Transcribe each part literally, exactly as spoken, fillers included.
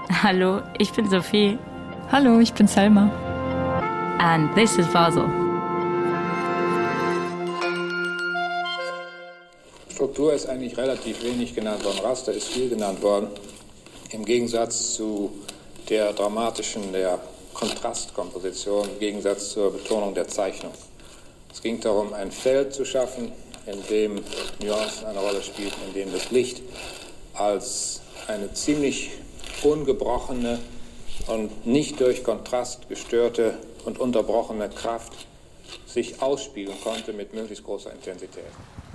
Hallo, ich bin Sophie. Hallo, ich bin Selma. And this is Basel. Struktur ist eigentlich relativ wenig genannt worden. Raster ist viel genannt worden. Im Gegensatz zu der dramatischen, der Kontrastkomposition, im Gegensatz zur Betonung der Zeichnung. Es ging darum, ein Feld zu schaffen, in dem Nuancen eine Rolle spielten, in dem das Licht als eine ziemlich ungebrochene und nicht durch Kontrast gestörte und unterbrochene Kraft sich ausspielen konnte mit möglichst großer Intensität.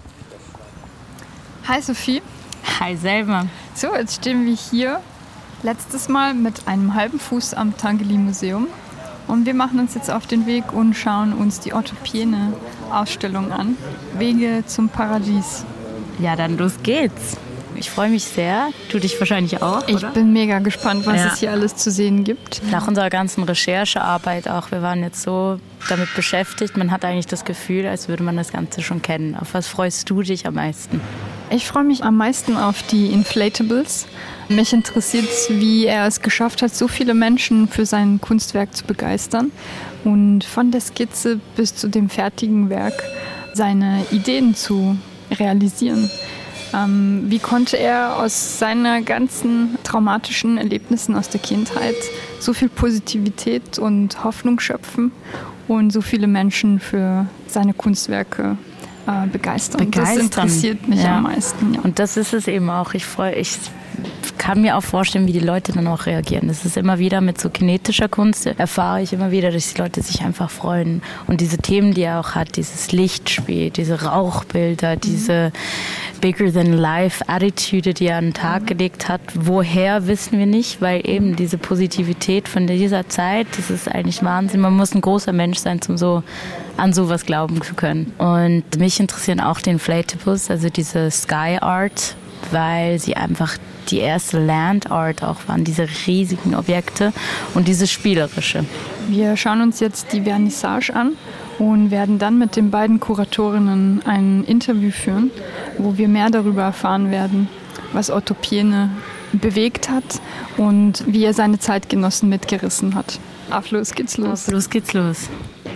Hi Sophie. Hi Selma. So, jetzt stehen wir hier letztes Mal mit einem halben Fuß am Tanguy-Museum. Und wir machen uns jetzt auf den Weg und schauen uns die Otto Piene-Ausstellung an. Wege zum Paradies. Ja, dann los geht's. Ich freue mich sehr. Du dich wahrscheinlich auch, Ich oder? bin mega gespannt, was Ja. es hier alles zu sehen gibt. Nach unserer ganzen Recherchearbeit auch, wir waren jetzt so damit beschäftigt, man hat eigentlich das Gefühl, als würde man das Ganze schon kennen. Auf was freust du dich am meisten? Ich freue mich am meisten auf die Inflatables. Mich interessiert, wie er es geschafft hat, so viele Menschen für sein Kunstwerk zu begeistern und von der Skizze bis zu dem fertigen Werk seine Ideen zu realisieren. Ähm, wie konnte er aus seinen ganzen traumatischen Erlebnissen aus der Kindheit so viel Positivität und Hoffnung schöpfen und so viele Menschen für seine Kunstwerke äh, begeistern? Begeistern. Das interessiert mich Ja. am meisten. Ja. Und das ist es eben auch. Ich freue ich kann mir auch vorstellen, wie die Leute dann auch reagieren. Das ist immer wieder mit so kinetischer Kunst, erfahre ich immer wieder, dass die Leute sich einfach freuen. Und diese Themen, die er auch hat, dieses Lichtspiel, diese Rauchbilder, mhm. diese Bigger-than-life-Attitude, die er an den Tag gelegt hat. Woher, wissen wir nicht, weil eben diese Positivität von dieser Zeit, das ist eigentlich Wahnsinn. Man muss ein großer Mensch sein, um so an sowas glauben zu können. Und mich interessieren auch die Inflatables, also diese Sky Art, weil sie einfach die erste Land Art auch waren, diese riesigen Objekte und dieses Spielerische. Wir schauen uns jetzt die Vernissage an und werden dann mit den beiden Kuratorinnen ein Interview führen, wo wir mehr darüber erfahren werden, was Otto Piene bewegt hat und wie er seine Zeitgenossen mitgerissen hat. Auf los geht's los. Auf los geht's los.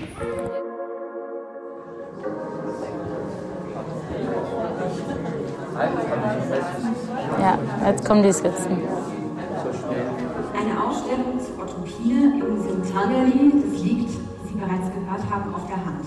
Ja, jetzt kommen die Skizzen. Eine Ausstellung zu Otto Piene im Museum Tanguy, das liegt, wie Sie bereits gehört haben, auf der Hand.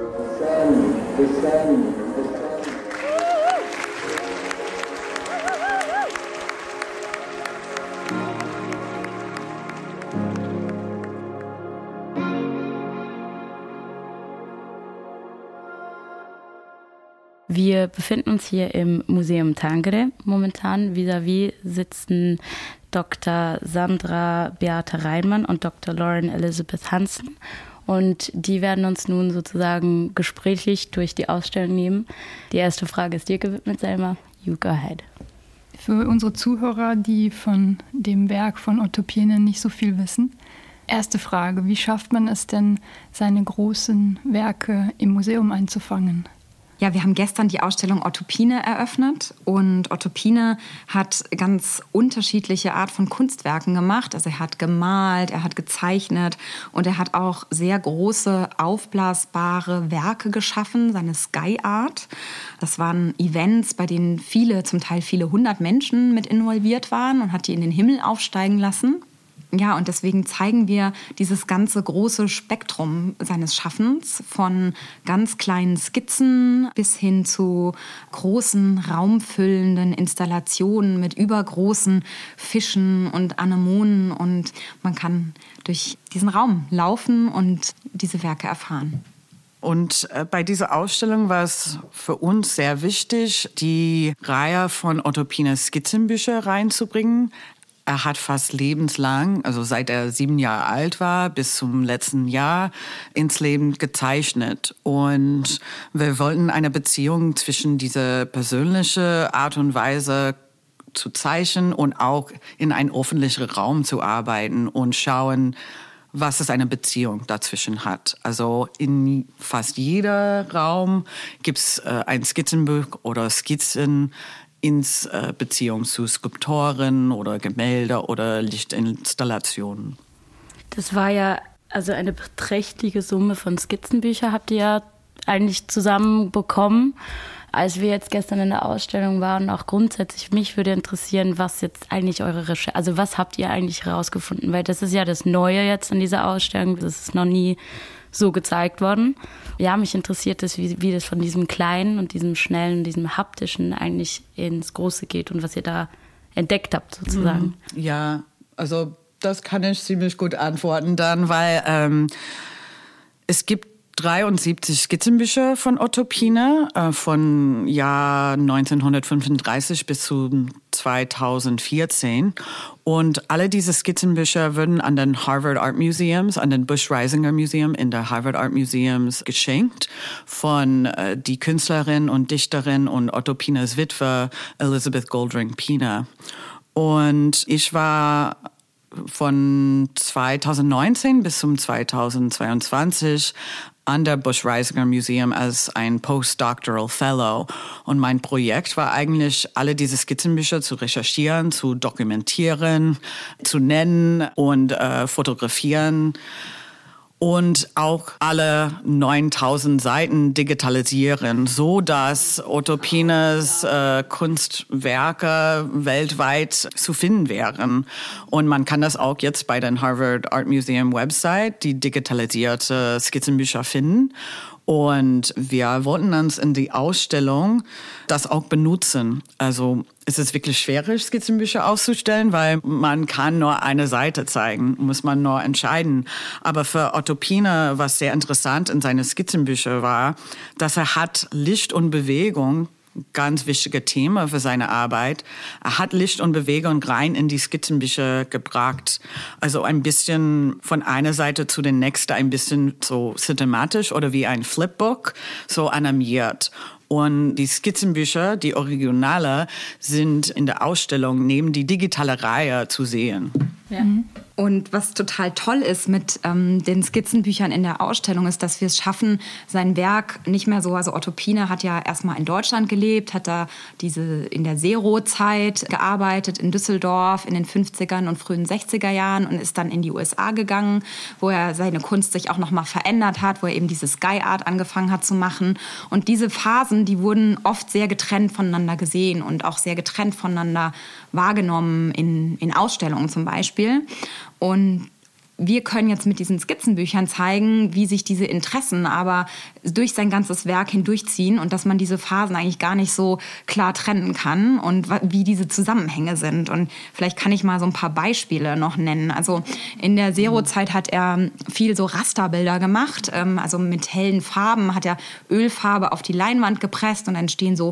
Wir befinden uns hier im Museum Tanguy momentan. Vis-à-vis sitzen Doktor Sandra Beate Reinmann und Doktor Lauren Elizabeth Hansen. Und die werden uns nun sozusagen gesprächig durch die Ausstellung nehmen. Die erste Frage ist dir gewidmet, Selma. You go ahead. Für unsere Zuhörer, die von dem Werk von Otto Piene nicht so viel wissen, erste Frage, wie schafft man es denn, seine großen Werke im Museum einzufangen? Ja, wir haben gestern die Ausstellung Otto Piene eröffnet und Otto Piene hat ganz unterschiedliche Art von Kunstwerken gemacht. Also er hat gemalt, er hat gezeichnet und er hat auch sehr große aufblasbare Werke geschaffen, seine Sky Art. Das waren Events, bei denen viele, zum Teil viele hundert Menschen mit involviert waren und hat die in den Himmel aufsteigen lassen. Ja, und deswegen zeigen wir dieses ganze große Spektrum seines Schaffens, von ganz kleinen Skizzen bis hin zu großen, raumfüllenden Installationen mit übergroßen Fischen und Anemonen. Und man kann durch diesen Raum laufen und diese Werke erfahren. Und bei dieser Ausstellung war es für uns sehr wichtig, die Reihe von Otto Pienes Skizzenbücher reinzubringen. Er hat fast lebenslang, also seit er sieben Jahre alt war, bis zum letzten Jahr ins Leben gezeichnet. Und wir wollten eine Beziehung zwischen dieser persönlichen Art und Weise zu zeichnen und auch in einen öffentlichen Raum zu arbeiten und schauen, was es eine Beziehung dazwischen hat. Also in fast jeder Raum gibt es äh, ein Skizzenbuch oder Skizzen, in äh, Beziehung zu Skulpturen oder Gemälde oder Lichtinstallationen. Das war ja also eine beträchtliche Summe von Skizzenbüchern habt ihr ja eigentlich zusammen bekommen. Als wir jetzt gestern in der Ausstellung waren, auch grundsätzlich, mich würde interessieren, was jetzt eigentlich eure Recherche, also was habt ihr eigentlich herausgefunden? Weil das ist ja das Neue jetzt in dieser Ausstellung, das ist noch nie so gezeigt worden. Ja, mich interessiert es, wie, wie das von diesem Kleinen und diesem Schnellen, diesem Haptischen eigentlich ins Große geht und was ihr da entdeckt habt sozusagen. Ja, also das kann ich ziemlich gut antworten dann, weil ähm, es gibt dreiundsiebzig Skizzenbücher von Otto Piener äh, von Jahr neunzehnhundertfünfunddreißig bis zu zweitausendvierzehn. Und alle diese Skizzenbücher wurden an den Harvard Art Museums, an den Bush Reisinger Museum in der Harvard Art Museums geschenkt von äh, die Künstlerin und Dichterin und Otto Pieners Witwe Elizabeth Goldring Piener. Und ich war von zweitausendneunzehn bis zum zweitausendzweiundzwanzig an der Bush Reisinger Museum als ein Postdoctoral Fellow. Und mein Projekt war eigentlich, alle diese Skizzenbücher zu recherchieren, zu dokumentieren, zu nennen und äh, fotografieren. Und auch alle neuntausend Seiten digitalisieren, so dass Otto Pieners äh, Kunstwerke weltweit zu finden wären. Und man kann das auch jetzt bei den Harvard Art Museum Website, die digitalisierte Skizzenbücher finden. Und wir wollten uns in die Ausstellung das auch benutzen. Also es ist wirklich schwierig, Skizzenbücher auszustellen, weil man kann nur eine Seite zeigen, muss man nur entscheiden. Aber für Otto Piener, was sehr interessant in seinen Skizzenbüchern war, dass er hat Licht und Bewegung, ganz wichtige Thema für seine Arbeit. Er hat Licht und Bewegung rein in die Skizzenbücher gebracht. Also ein bisschen von einer Seite zu der nächsten, ein bisschen so cinematisch oder wie ein Flipbook, so animiert. Und die Skizzenbücher, die Originale, sind in der Ausstellung neben die digitale Reihe zu sehen. Ja. Und was total toll ist mit ähm, den Skizzenbüchern in der Ausstellung, ist, dass wir es schaffen, sein Werk nicht mehr so, also Otto Piener hat ja erstmal in Deutschland gelebt, hat da diese in der Zero-Zeit gearbeitet in Düsseldorf in den fünfzigern und frühen sechziger Jahren und ist dann in die U S A gegangen, wo er seine Kunst sich auch nochmal verändert hat, wo er eben diese Sky Art angefangen hat zu machen. Und diese Phasen, die wurden oft sehr getrennt voneinander gesehen und auch sehr getrennt voneinander wahrgenommen in, in Ausstellungen zum Beispiel. Und wir können jetzt mit diesen Skizzenbüchern zeigen, wie sich diese Interessen aber durch sein ganzes Werk hindurchziehen und dass man diese Phasen eigentlich gar nicht so klar trennen kann und wie diese Zusammenhänge sind. Und vielleicht kann ich mal so ein paar Beispiele noch nennen. Also in der Zero-Zeit hat er viel so Rasterbilder gemacht. Also mit hellen Farben hat er Ölfarbe auf die Leinwand gepresst und entstehen so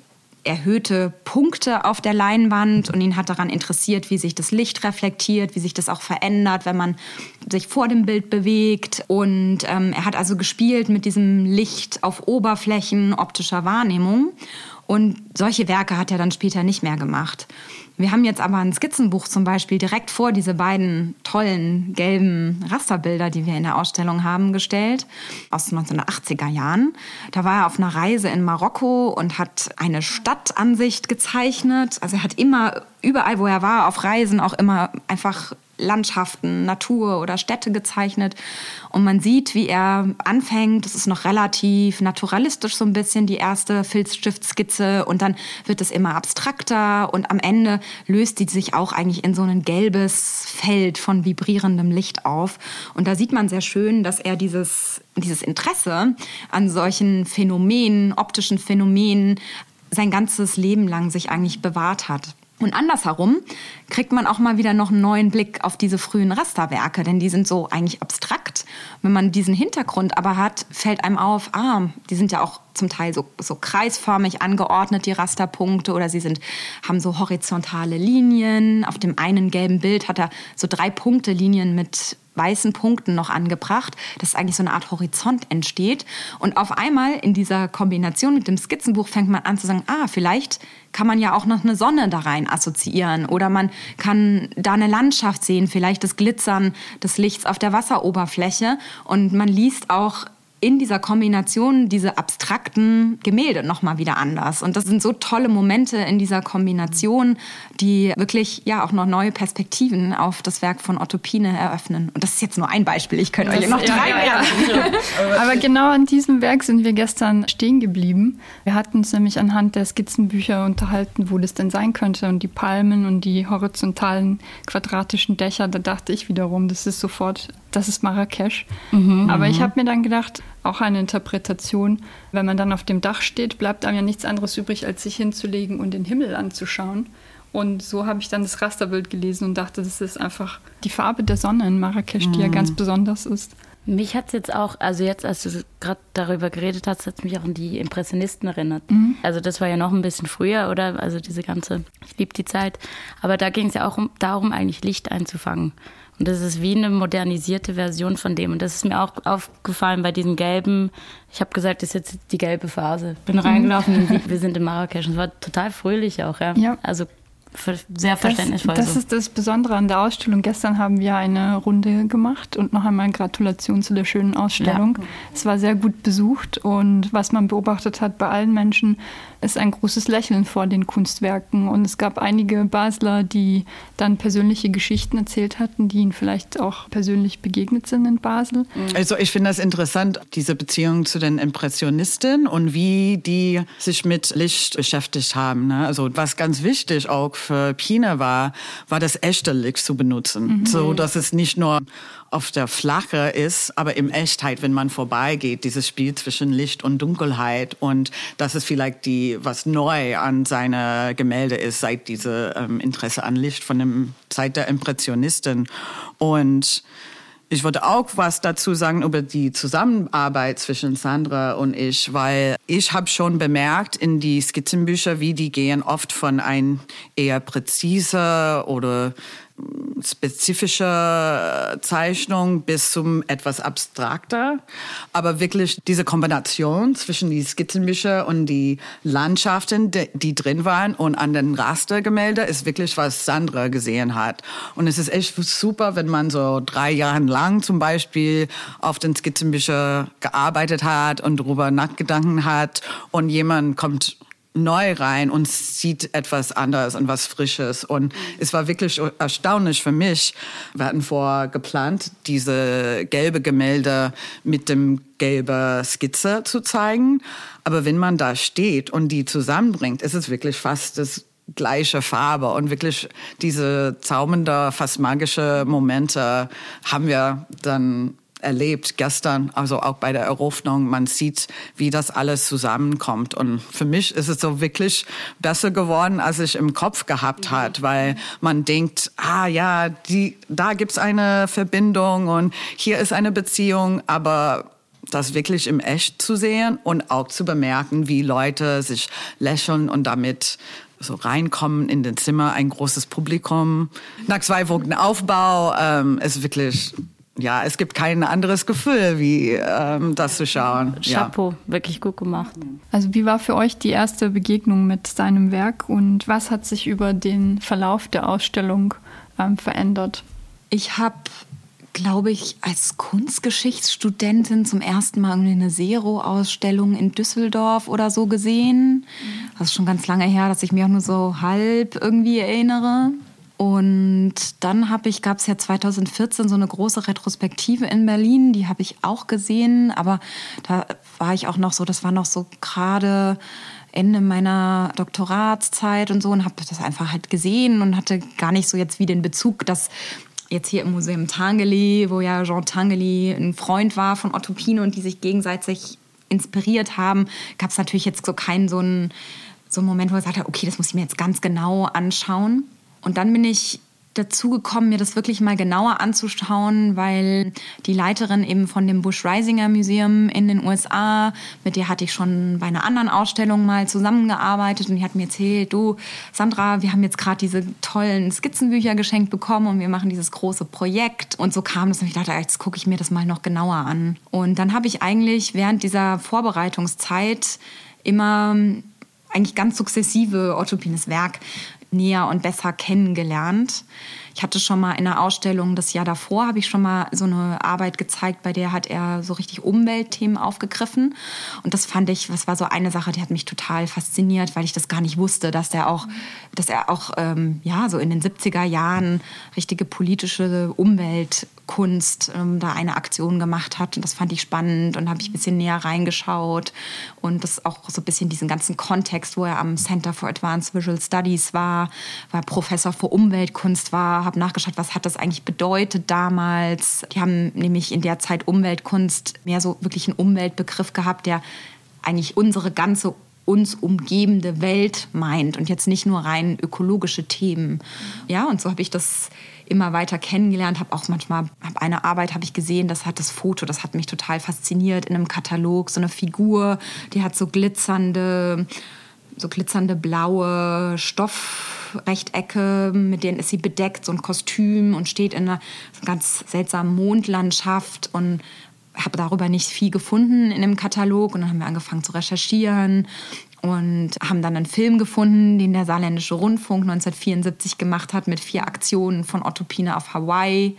erhöhte Punkte auf der Leinwand und ihn hat daran interessiert, wie sich das Licht reflektiert, wie sich das auch verändert, wenn man sich vor dem Bild bewegt. Und ähm, er hat also gespielt mit diesem Licht auf Oberflächen optischer Wahrnehmung. Und solche Werke hat er dann später nicht mehr gemacht. Wir haben jetzt aber ein Skizzenbuch zum Beispiel direkt vor diese beiden tollen gelben Rasterbilder, die wir in der Ausstellung haben, gestellt, aus neunzehnhundertachtziger Jahren. Da war er auf einer Reise in Marokko und hat eine Stadtansicht gezeichnet. Also er hat immer, überall wo er war, auf Reisen auch immer einfach Landschaften, Natur oder Städte gezeichnet. Und man sieht, wie er anfängt, das ist noch relativ naturalistisch so ein bisschen, die erste Filzstiftskizze. Und dann wird es immer abstrakter und am Ende löst die sich auch eigentlich in so ein gelbes Feld von vibrierendem Licht auf. Und da sieht man sehr schön, dass er dieses, dieses Interesse an solchen Phänomenen, optischen Phänomenen, sein ganzes Leben lang sich eigentlich bewahrt hat. Und andersherum kriegt man auch mal wieder noch einen neuen Blick auf diese frühen Rasterwerke, denn die sind so eigentlich abstrakt. Wenn man diesen Hintergrund aber hat, fällt einem auf, ah, die sind ja auch zum Teil so, so kreisförmig angeordnet, die Rasterpunkte, oder sie sind, haben so horizontale Linien. Auf dem einen gelben Bild hat er so drei Punktelinien mit weißen Punkten noch angebracht, dass eigentlich so eine Art Horizont entsteht. Und auf einmal in dieser Kombination mit dem Skizzenbuch fängt man an zu sagen, ah, vielleicht kann man ja auch noch eine Sonne da rein assoziieren oder man kann da eine Landschaft sehen, vielleicht das Glitzern des Lichts auf der Wasseroberfläche und man liest auch in dieser Kombination diese abstrakten Gemälde nochmal wieder anders. Und das sind so tolle Momente in dieser Kombination, die wirklich ja auch noch neue Perspektiven auf das Werk von Otto Piene eröffnen. Und das ist jetzt nur ein Beispiel. Ich könnte euch noch drei ja, ja, ja. Aber genau an diesem Werk sind wir gestern stehen geblieben. Wir hatten uns nämlich anhand der Skizzenbücher unterhalten, wo das denn sein könnte. Und die Palmen und die horizontalen quadratischen Dächer, da dachte ich wiederum, das ist sofort, das ist Marrakesch. Mhm. Aber ich habe mir dann gedacht, auch eine Interpretation, wenn man dann auf dem Dach steht, bleibt einem ja nichts anderes übrig, als sich hinzulegen und den Himmel anzuschauen. Und so habe ich dann das Rasterbild gelesen und dachte, das ist einfach die Farbe der Sonne in Marrakesch, mhm. die ja ganz besonders ist. Mich hat es jetzt auch, also jetzt, als du gerade darüber geredet hast, hat es mich auch an die Impressionisten erinnert. Mhm. Also das war ja noch ein bisschen früher, oder? Also diese ganze, ich liebe die Zeit. Aber da ging es ja auch um, darum, eigentlich Licht einzufangen. Und das ist wie eine modernisierte Version von dem. Und das ist mir auch aufgefallen bei diesen gelben, ich habe gesagt, das ist jetzt die gelbe Phase. Bin reingelaufen und wir sind in Marrakesch. Und es war total fröhlich auch, ja. ja. Also sehr verständnisvoll. Das, das so. ist das Besondere an der Ausstellung. Gestern haben wir eine Runde gemacht und noch einmal Gratulation zu der schönen Ausstellung. Ja. Es war sehr gut besucht und was man beobachtet hat bei allen Menschen, ist ein großes Lächeln vor den Kunstwerken. Und es gab einige Basler, die dann persönliche Geschichten erzählt hatten, die ihnen vielleicht auch persönlich begegnet sind in Basel. Also ich finde das interessant, diese Beziehung zu den Impressionisten und wie die sich mit Licht beschäftigt haben. Ne? Also was ganz wichtig auch für Piene war, war das echte Licht zu benutzen. Mhm. So dass es nicht nur auf der Flache ist, aber in Echtheit, wenn man vorbeigeht, dieses Spiel zwischen Licht und Dunkelheit und das ist vielleicht die, was neu an seiner Gemälde ist, seit diese ähm, Interesse an Licht von dem Zeit der Impressionisten. Und ich würde auch was dazu sagen über die Zusammenarbeit zwischen Sandra und ich, weil ich habe schon bemerkt in die Skizzenbücher, wie die gehen oft von ein eher präziser oder spezifische Zeichnung bis zum etwas abstrakter. Aber wirklich diese Kombination zwischen die Skizzenbücher und die Landschaften, die, die drin waren und an den Rastergemälde ist wirklich, was Sandra gesehen hat. Und es ist echt super, wenn man so drei Jahre lang zum Beispiel auf den Skizzenbücher gearbeitet hat und darüber nachgedacht hat und jemand kommt neu rein und sieht etwas anderes und was Frisches. Und es war wirklich erstaunlich für mich. Wir hatten vorher geplant, diese gelbe Gemälde mit dem gelben Skizze zu zeigen. Aber wenn man da steht und die zusammenbringt, ist es wirklich fast das gleiche Farbe und wirklich diese zaubernde, fast magische Momente haben wir dann erlebt gestern, also auch bei der Eröffnung. Man sieht, wie das alles zusammenkommt. Und für mich ist es so wirklich besser geworden, als ich im Kopf gehabt hat, weil man denkt, ah ja, die, da gibt's eine Verbindung und hier ist eine Beziehung, aber das wirklich im Echt zu sehen und auch zu bemerken, wie Leute sich lächeln und damit so reinkommen in den Zimmer, ein großes Publikum. Nach zwei Wochen Aufbau ähm, ist wirklich, ja, es gibt kein anderes Gefühl, wie ähm, das zu schauen. Chapeau, ja. Wirklich gut gemacht. Also wie war für euch die erste Begegnung mit seinem Werk und was hat sich über den Verlauf der Ausstellung ähm, verändert? Ich habe, glaube ich, als Kunstgeschichtsstudentin zum ersten Mal eine Zero-Ausstellung in Düsseldorf oder so gesehen. Das ist schon ganz lange her, dass ich mich auch nur so halb irgendwie erinnere. Und dann habe ich, gab es ja zwanzig vierzehn so eine große Retrospektive in Berlin, die habe ich auch gesehen, aber da war ich auch noch so, das war noch so gerade Ende meiner Doktoratszeit und so und habe das einfach halt gesehen und hatte gar nicht so jetzt wie den Bezug, dass jetzt hier im Museum Tinguely, wo ja Jean Tinguely ein Freund war von Otto Piene und die sich gegenseitig inspiriert haben, gab es natürlich jetzt so keinen so einen, so einen Moment, wo ich sagte, okay, das muss ich mir jetzt ganz genau anschauen. Und dann bin ich dazu gekommen, mir das wirklich mal genauer anzuschauen, weil die Leiterin eben von dem Bush Reisinger Museum in den U S A, mit der hatte ich schon bei einer anderen Ausstellung mal zusammengearbeitet und die hat mir erzählt, du Sandra, wir haben jetzt gerade diese tollen Skizzenbücher geschenkt bekommen und wir machen dieses große Projekt. Und so kam das und ich dachte, jetzt gucke ich mir das mal noch genauer an. Und dann habe ich eigentlich während dieser Vorbereitungszeit immer eigentlich ganz sukzessive Otto Pienes Werk näher und besser kennengelernt. Ich Ich hatte schon mal in einer Ausstellung das Jahr davor, habe ich schon mal so eine Arbeit gezeigt, bei der hat er so richtig Umweltthemen aufgegriffen. Und das fand ich, das war so eine Sache, die hat mich total fasziniert, weil ich das gar nicht wusste, dass der auch, dass er auch ähm, ja, so in den siebziger Jahren richtige politische Umweltkunst ähm, da eine Aktion gemacht hat. Und das fand ich spannend und habe ich ein bisschen näher reingeschaut. Und das auch so ein bisschen diesen ganzen Kontext, wo er am Center for Advanced Visual Studies war, war Professor für Umweltkunst war, habe nachgeschaut, was hat das eigentlich bedeutet damals. Die haben nämlich in der Zeit Umweltkunst mehr so wirklich einen Umweltbegriff gehabt, der eigentlich unsere ganze uns umgebende Welt meint und jetzt nicht nur rein ökologische Themen. Ja, und so habe ich das immer weiter kennengelernt, habe auch manchmal, habe eine Arbeit habe ich gesehen, das hat das Foto, das hat mich total fasziniert in einem Katalog, so eine Figur, die hat so glitzernde, so glitzernde blaue Stoffrechtecke, mit denen ist sie bedeckt, so ein Kostüm und steht in einer ganz seltsamen Mondlandschaft und habe darüber nicht viel gefunden in dem Katalog und dann haben wir angefangen zu recherchieren und haben dann einen Film gefunden, den der Saarländische Rundfunk neunzehnhundertvierundsiebzig gemacht hat mit vier Aktionen von Otto Pine auf Hawaii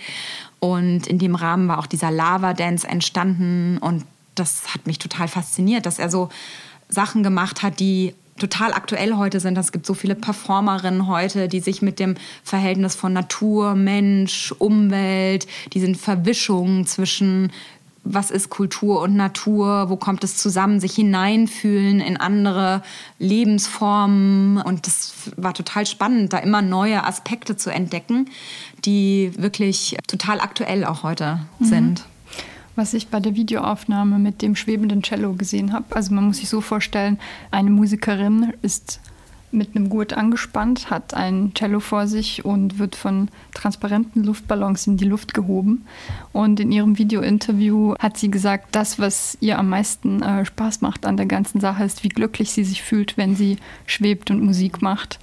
und in dem Rahmen war auch dieser Lava Dance entstanden und das hat mich total fasziniert, dass er so Sachen gemacht hat, die total aktuell heute sind. Es gibt so viele Performerinnen heute, die sich mit dem Verhältnis von Natur, Mensch, Umwelt, diesen Verwischungen zwischen was ist Kultur und Natur, wo kommt es zusammen, sich hineinfühlen in andere Lebensformen. Und das war total spannend, da immer neue Aspekte zu entdecken, die wirklich total aktuell auch heute mhm. sind. Was ich bei der Videoaufnahme mit dem schwebenden Cello gesehen habe, also man muss sich so vorstellen, eine Musikerin ist mit einem Gurt angespannt, hat ein Cello vor sich und wird von transparenten Luftballons in die Luft gehoben. Und in ihrem Video-Interview hat sie gesagt, das, was ihr am meisten äh, Spaß macht an der ganzen Sache, ist, wie glücklich sie sich fühlt, wenn sie schwebt und Musik macht.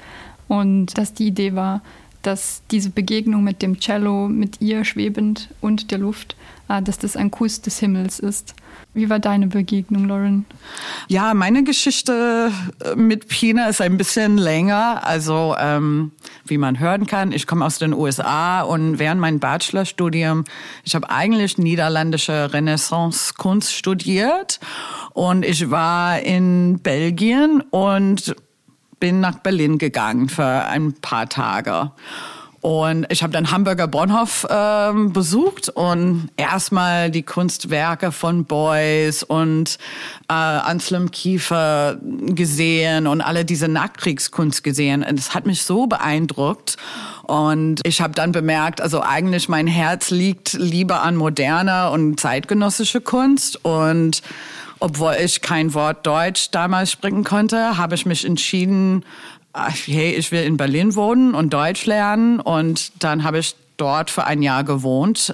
Und dass die Idee war, dass diese Begegnung mit dem Cello, mit ihr schwebend und der Luft, äh, dass das ein Kuss des Himmels ist. Wie war deine Begegnung, Lauren? Ja, meine Geschichte mit Pine ist ein bisschen länger. Also ähm, wie man hören kann, ich komme aus den U S A und während meinem Bachelorstudium, ich habe eigentlich niederländische Renaissance-Kunst studiert und ich war in Belgien und bin nach Berlin gegangen für ein paar Tage. Und ich habe dann Hamburger Bahnhof äh, besucht und erstmal die Kunstwerke von Beuys und äh, Anselm Kiefer gesehen und alle diese Nachkriegskunst gesehen. Und das hat mich so beeindruckt. Und ich habe dann bemerkt, also eigentlich mein Herz liegt lieber an moderner und zeitgenössischer Kunst. Und obwohl ich kein Wort Deutsch damals sprechen konnte, habe ich mich entschieden, hey, ich will in Berlin wohnen und Deutsch lernen. Und dann habe ich dort für ein Jahr gewohnt.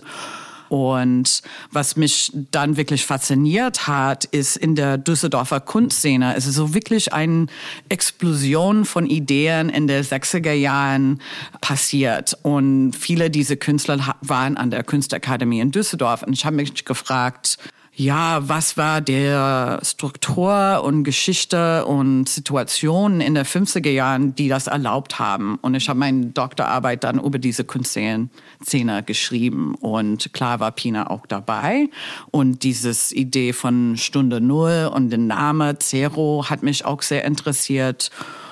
Und was mich dann wirklich fasziniert hat, ist in der Düsseldorfer Kunstszene. Es ist so wirklich eine Explosion von Ideen in den sechziger Jahren passiert. Und viele dieser Künstler waren an der Kunstakademie in Düsseldorf. Und ich habe mich gefragt, ja, was war der Struktur und Geschichte und Situationen in den fünfziger Jahren, die das erlaubt haben? Und ich habe meine Doktorarbeit dann über diese Kunstszene geschrieben. Und klar war Pine auch dabei. Und dieses Idee von Stunde Null und der Name Zero hat mich auch sehr interessiert.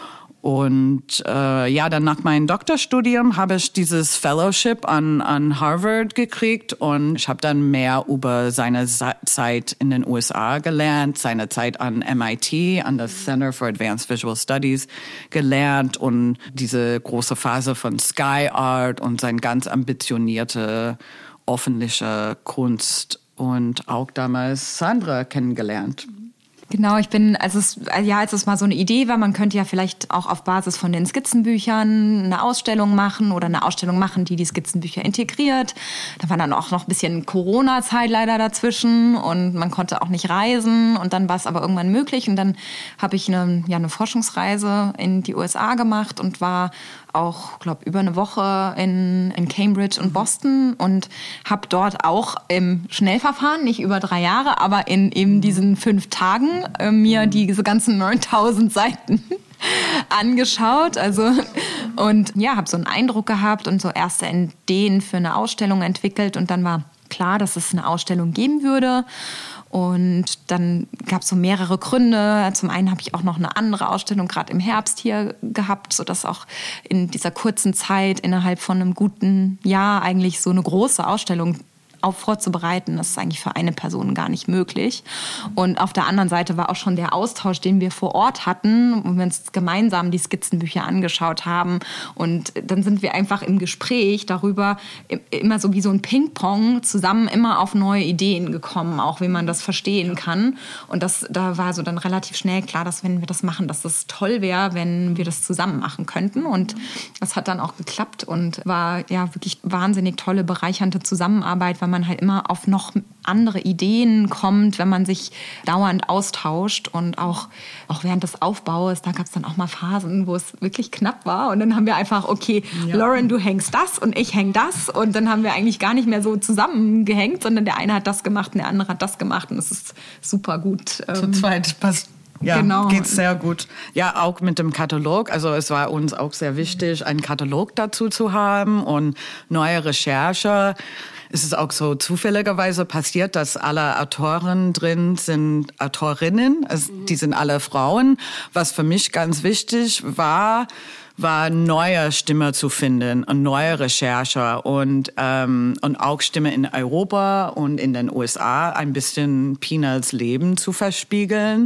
Und äh, ja, dann nach meinem Doktorstudium habe ich dieses Fellowship an, an Harvard gekriegt und ich habe dann mehr über seine Zeit in den U S A gelernt, seine Zeit an M I T, an das Center for Advanced Visual Studies gelernt und diese große Phase von Sky Art und seine ganz ambitionierte öffentliche Kunst und auch damals Sandra kennengelernt. Genau, ich bin, also es, ja, als es mal so eine Idee war, man könnte ja vielleicht auch auf Basis von den Skizzenbüchern eine Ausstellung machen oder eine Ausstellung machen, die die Skizzenbücher integriert. Da war dann auch noch ein bisschen Corona-Zeit leider dazwischen und man konnte auch nicht reisen und dann war es aber irgendwann möglich und dann habe ich eine, ja, eine Forschungsreise in die U S A gemacht und war auch, glaube über eine Woche in, in Cambridge und Boston und habe dort auch im Schnellverfahren, nicht über drei Jahre, aber in eben diesen fünf Tagen äh, mir diese ganzen neuntausend Seiten angeschaut. Also Und ja, habe so einen Eindruck gehabt und so erste Ideen für eine Ausstellung entwickelt. Und dann war klar, dass es eine Ausstellung geben würde. Und dann gab es so mehrere Gründe. Zum einen habe ich auch noch eine andere Ausstellung gerade im Herbst hier gehabt, sodass auch in dieser kurzen Zeit innerhalb von einem guten Jahr eigentlich so eine große Ausstellung auf vorzubereiten, das ist eigentlich für eine Person gar nicht möglich. Und auf der anderen Seite war auch schon der Austausch, den wir vor Ort hatten, wo wir uns gemeinsam die Skizzenbücher angeschaut haben. Und dann sind wir einfach im Gespräch darüber immer so wie so ein Ping-Pong zusammen immer auf neue Ideen gekommen, auch wie man das verstehen kann. Und das, da war so dann relativ schnell klar, dass wenn wir das machen, dass das toll wäre, wenn wir das zusammen machen könnten. Und das hat dann auch geklappt und war ja wirklich wahnsinnig tolle, bereichernde Zusammenarbeit, weil man halt immer auf noch andere Ideen kommt, wenn man sich dauernd austauscht. Und auch, auch während des Aufbaus, da gab es dann auch mal Phasen, wo es wirklich knapp war. Und dann haben wir einfach, okay, ja. Lauren, du hängst das und ich häng das. Und dann haben wir eigentlich gar nicht mehr so zusammengehängt, sondern der eine hat das gemacht und der andere hat das gemacht. Und es ist super gut. Zu zweit passt. Ja, genau. Geht's sehr gut. Ja, auch mit dem Katalog. Also es war uns auch sehr wichtig, einen Katalog dazu zu haben und neue Recherche. Es ist auch so zufälligerweise passiert, dass alle Autoren drin sind Autorinnen. Also die sind alle Frauen. Was für mich ganz wichtig war, war neue Stimme zu finden und neue Recherche und ähm, und auch Stimme in Europa und in den U S A ein bisschen Pinas Leben zu verspiegeln.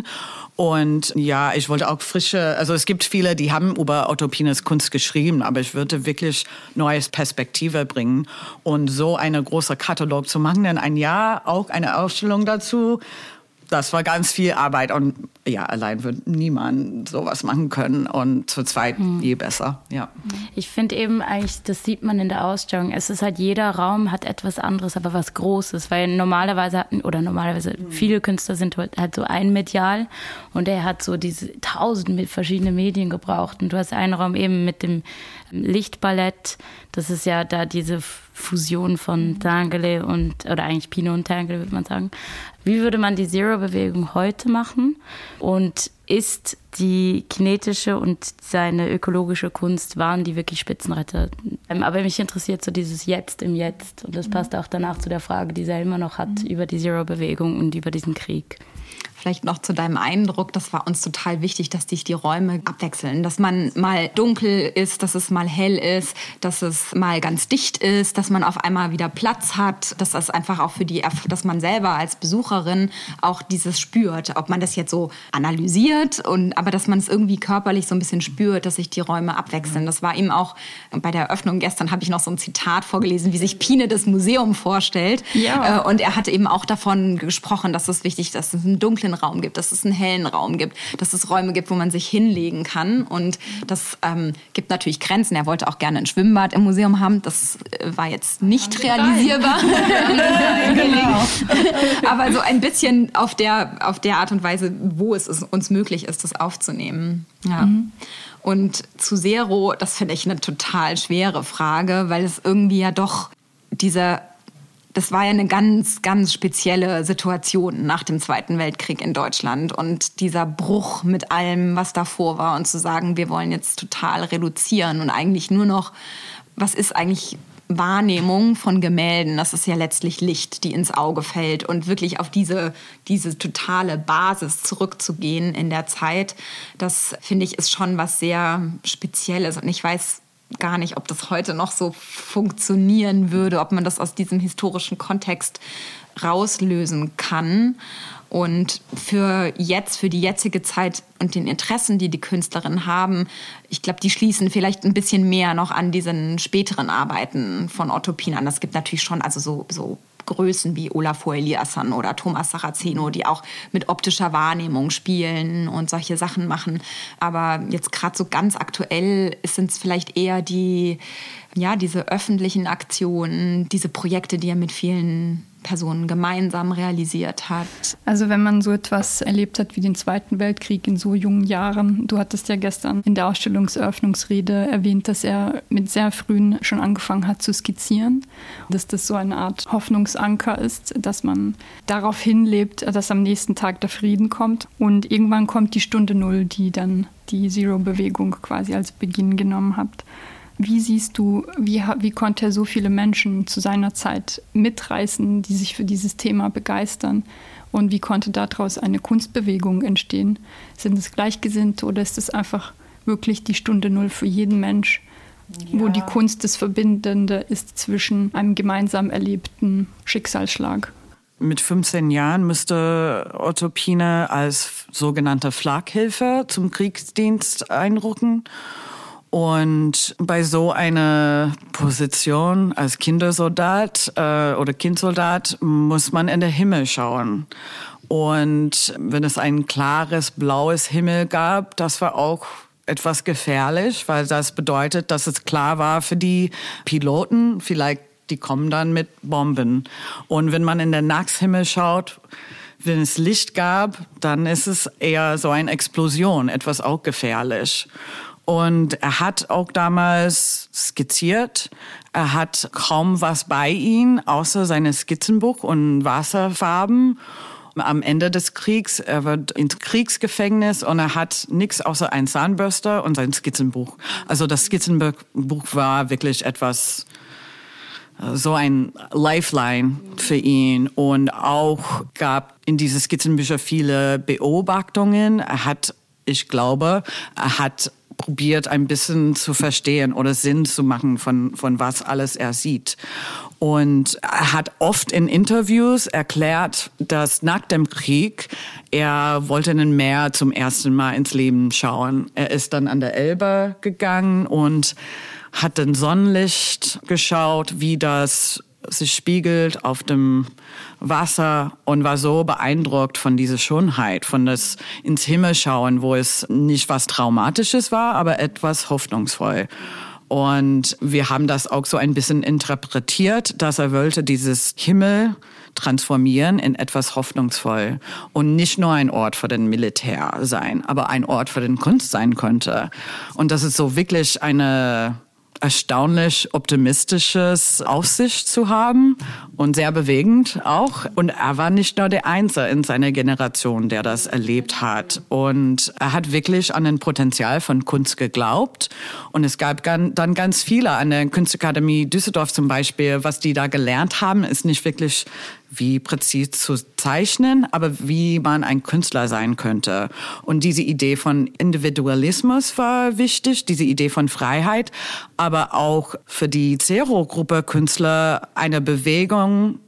Und ja, ich wollte auch frische, also es gibt viele, die haben über Otto Pinas Kunst geschrieben, aber ich würde wirklich neues Perspektive bringen und so eine große Katalog zu machen, dann ein Jahr auch eine Ausstellung dazu. Das war ganz viel Arbeit und ja, allein wird niemand sowas machen können und zu zweit hm. je besser, ja. Ich finde eben eigentlich, das sieht man in der Ausstellung, es ist halt jeder Raum hat etwas anderes, aber was Großes, weil normalerweise hatten, oder normalerweise hm. viele Künstler sind halt so einmedial und er hat so diese tausend verschiedene Medien gebraucht und du hast einen Raum eben mit dem Lichtballett, das ist ja da diese Fusion von Tinguely und, oder eigentlich Pino und Tinguely, würde man sagen. Wie würde man die Zero-Bewegung heute machen? Und ist die kinetische und seine ökologische Kunst, waren die wirklich Spitzenreiter? Aber mich interessiert so dieses Jetzt im Jetzt. Und das passt auch danach zu der Frage, die sie immer noch hat, über die Zero-Bewegung und über diesen Krieg. Vielleicht noch zu deinem Eindruck, das war uns total wichtig, dass sich die Räume abwechseln. Dass man mal dunkel ist, dass es mal hell ist, dass es mal ganz dicht ist, dass man auf einmal wieder Platz hat, dass das einfach auch für die, dass man selber als Besucherin auch dieses spürt. Ob man das jetzt so analysiert, und, aber dass man es irgendwie körperlich so ein bisschen spürt, dass sich die Räume abwechseln. Das war eben auch bei der Eröffnung gestern, habe ich noch so ein Zitat vorgelesen, wie sich Pine das Museum vorstellt. Ja. Und er hatte eben auch davon gesprochen, dass es wichtig ist, dass es einen dunklen Raum gibt, dass es einen hellen Raum gibt, dass es Räume gibt, wo man sich hinlegen kann. Und das ähm, gibt natürlich Grenzen. Er wollte auch gerne ein Schwimmbad im Museum haben. Das äh, war jetzt nicht realisierbar. Genau. Aber so ein bisschen auf der, auf der Art und Weise, wo es uns möglich ist, das aufzunehmen. Ja. Mhm. Und zu Zero, das finde ich eine total schwere Frage, weil es irgendwie ja doch dieser Das war ja eine ganz, ganz spezielle Situation nach dem Zweiten Weltkrieg in Deutschland. Und dieser Bruch mit allem, was davor war und zu sagen, wir wollen jetzt total reduzieren und eigentlich nur noch, was ist eigentlich Wahrnehmung von Gemälden? Das ist ja letztlich Licht, die ins Auge fällt. Und wirklich auf diese, diese totale Basis zurückzugehen in der Zeit, das finde ich ist schon was sehr Spezielles. Und ich weiß gar nicht, ob das heute noch so funktionieren würde, ob man das aus diesem historischen Kontext rauslösen kann. Und für jetzt, für die jetzige Zeit und den Interessen, die die Künstlerinnen haben, ich glaube, die schließen vielleicht ein bisschen mehr noch an diesen späteren Arbeiten von Otto Pina an. Es gibt natürlich schon also so, so Größen wie Olafur Eliasson oder Thomas Saraceno, die auch mit optischer Wahrnehmung spielen und solche Sachen machen. Aber jetzt gerade so ganz aktuell sind es vielleicht eher die, ja, diese öffentlichen Aktionen, diese Projekte, die er mit vielen Personen gemeinsam realisiert hat. Also wenn man so etwas erlebt hat wie den Zweiten Weltkrieg in so jungen Jahren, du hattest ja gestern in der Ausstellungseröffnungsrede erwähnt, dass er mit sehr frühen schon angefangen hat zu skizzieren, dass das so eine Art Hoffnungsanker ist, dass man darauf hinlebt, dass am nächsten Tag der Frieden kommt und irgendwann kommt die Stunde Null, die dann die Zero-Bewegung quasi als Beginn genommen hat. Wie siehst du, wie, wie konnte er so viele Menschen zu seiner Zeit mitreißen, die sich für dieses Thema begeistern? Und wie konnte daraus eine Kunstbewegung entstehen? Sind es Gleichgesinnte oder ist es einfach wirklich die Stunde Null für jeden Mensch, ja, wo die Kunst das Verbindende ist zwischen einem gemeinsam erlebten Schicksalsschlag? Mit fünfzehn Jahren müsste Otto Piener als sogenannte Flaghilfe zum Kriegsdienst einrücken. Und bei so einer Position als Kindersoldat äh, oder Kindsoldat muss man in den Himmel schauen. Und wenn es ein klares blaues Himmel gab, das war auch etwas gefährlich, weil das bedeutet, dass es klar war für die Piloten, vielleicht die kommen dann mit Bomben. Und wenn man in den Nachthimmel schaut, wenn es Licht gab, dann ist es eher so eine Explosion, etwas auch gefährlich. Und er hat auch damals skizziert. Er hat kaum was bei ihm, außer seine Skizzenbuch und Wasserfarben. Am Ende des Kriegs, er wird ins Kriegsgefängnis und er hat nichts außer ein Zahnbürste und sein Skizzenbuch. Also das Skizzenbuch war wirklich etwas, so ein Lifeline für ihn. Und auch gab in diese Skizzenbücher viele Beobachtungen. Er hat, ich glaube, er hat probiert, ein bisschen zu verstehen oder Sinn zu machen von, von was alles er sieht. Und er hat oft in Interviews erklärt, dass nach dem Krieg er wollte in ein Meer zum ersten Mal ins Leben schauen. Er ist dann an der Elbe gegangen und hat den Sonnenlicht geschaut, wie das sich spiegelt auf dem Wasser und war so beeindruckt von dieser Schönheit, von das ins Himmel schauen, wo es nicht was Traumatisches war, aber etwas hoffnungsvoll. Und wir haben das auch so ein bisschen interpretiert, dass er wollte dieses Himmel transformieren in etwas hoffnungsvoll und nicht nur ein Ort für den Militär sein, aber ein Ort für den Kunst sein könnte. Und das ist so wirklich eine erstaunlich optimistisches Aussicht zu haben und sehr bewegend auch. Und er war nicht nur der Einzige in seiner Generation, der das erlebt hat. Und er hat wirklich an ein Potenzial von Kunst geglaubt. Und es gab dann ganz viele an der Kunstakademie Düsseldorf zum Beispiel, was die da gelernt haben, ist nicht wirklich wie präzise zu zeichnen, aber wie man ein Künstler sein könnte. Und diese Idee von Individualismus war wichtig, diese Idee von Freiheit, aber auch für die Zero-Gruppe Künstler eine Bewegung,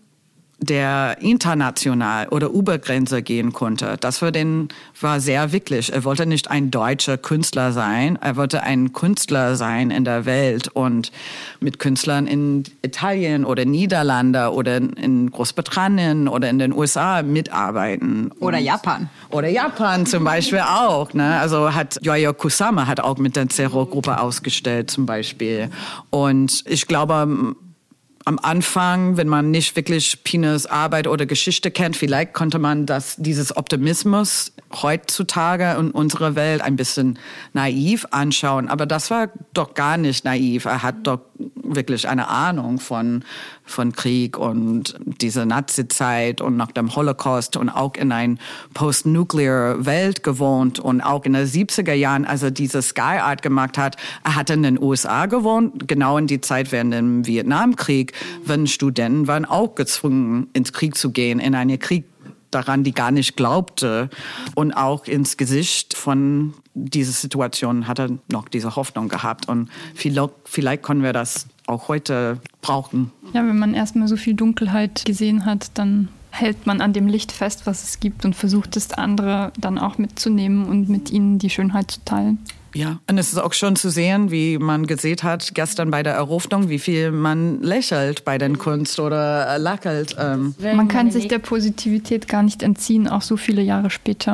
der international oder über Grenze gehen konnte. Das für den war sehr wichtig. Er wollte nicht ein deutscher Künstler sein, er wollte ein Künstler sein in der Welt und mit Künstlern in Italien oder Niederlande oder in Großbritannien oder in den U S A mitarbeiten. Oder Japan. Oder Japan zum Beispiel auch. Ne? Also hat Yayoi Kusama hat auch mit der Zero-Gruppe ausgestellt zum Beispiel. Und ich glaube, am Anfang, wenn man nicht wirklich Pieners Arbeit oder Geschichte kennt, vielleicht konnte man das, dieses Optimismus heutzutage in unserer Welt ein bisschen naiv anschauen. Aber das war doch gar nicht naiv. Er hat doch wirklich eine Ahnung von, von Krieg und dieser Nazi-Zeit und nach dem Holocaust und auch in einer Post-Nuclear-Welt gewohnt und auch in den siebziger Jahren, als er diese Sky Art gemacht hat. Er hat in den U S A gewohnt, genau in die Zeit während dem Vietnamkrieg, wenn Studenten waren auch gezwungen, ins Krieg zu gehen, in einen Krieg, daran die gar nicht glaubte. Und auch ins Gesicht von dieser Situation hat er noch diese Hoffnung gehabt. Und vielleicht, vielleicht können wir das auch heute brauchen. Ja, wenn man erstmal so viel Dunkelheit gesehen hat, dann hält man an dem Licht fest, was es gibt und versucht es andere dann auch mitzunehmen und mit ihnen die Schönheit zu teilen. Ja, und es ist auch schon zu sehen, wie man gesehen hat gestern bei der Eröffnung, wie viel man lächelt bei den Kunst oder lackelt. Ähm. Man kann sich der Positivität gar nicht entziehen, auch so viele Jahre später.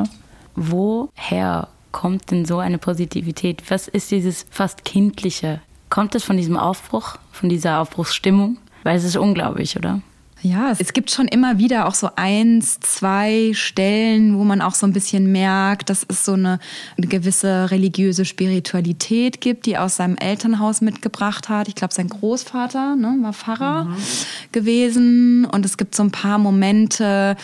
Woher kommt denn so eine Positivität? Was ist dieses fast Kindliche? Kommt es von diesem Aufbruch, von dieser Aufbruchsstimmung? Weil es ist unglaublich, oder? Ja, es gibt schon immer wieder auch so eins, zwei Stellen, wo man auch so ein bisschen merkt, dass es so eine, eine gewisse religiöse Spiritualität gibt, die aus seinem Elternhaus mitgebracht hat. Ich glaube, sein Großvater, ne, war Pfarrer mhm. gewesen. Und es gibt so ein paar Momente,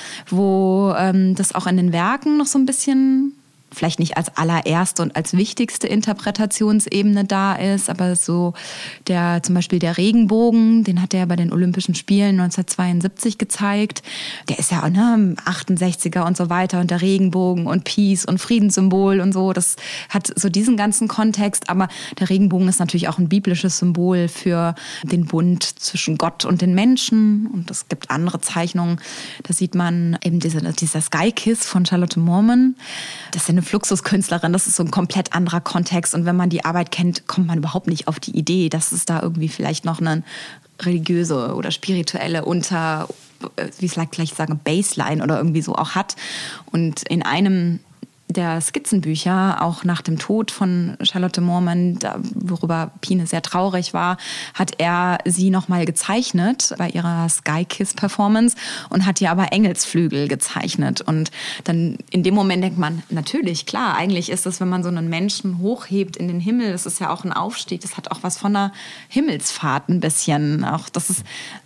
wo ähm, das auch in den Werken noch so ein bisschen, vielleicht nicht als allererste und als wichtigste Interpretationsebene da ist, aber so der, zum Beispiel der Regenbogen, den hat er bei den Olympischen Spielen neunzehnhundertzweiundsiebzig gezeigt. Der ist ja, ne, achtundsechziger und so weiter und der Regenbogen und Peace und Friedenssymbol und so. Das hat so diesen ganzen Kontext, aber der Regenbogen ist natürlich auch ein biblisches Symbol für den Bund zwischen Gott und den Menschen. Und es gibt andere Zeichnungen, da sieht man eben diese, dieser Sky Kiss von Charlotte Moorman. Das sind eine Fluxuskünstlerin, das ist so ein komplett anderer Kontext. Und wenn man die Arbeit kennt, kommt man überhaupt nicht auf die Idee, dass es da irgendwie vielleicht noch eine religiöse oder spirituelle Unter, wie ich vielleicht sage, Baseline oder irgendwie so auch hat. Und in einem der Skizzenbücher, auch nach dem Tod von Charlotte Moorman, da, worüber Pine sehr traurig war, hat er sie nochmal gezeichnet bei ihrer Sky Kiss Performance und hat ihr aber Engelsflügel gezeichnet. Und dann in dem Moment denkt man, natürlich, klar, eigentlich ist es, wenn man so einen Menschen hochhebt in den Himmel, das ist ja auch ein Aufstieg, das hat auch was von einer Himmelsfahrt ein bisschen. Auch das ist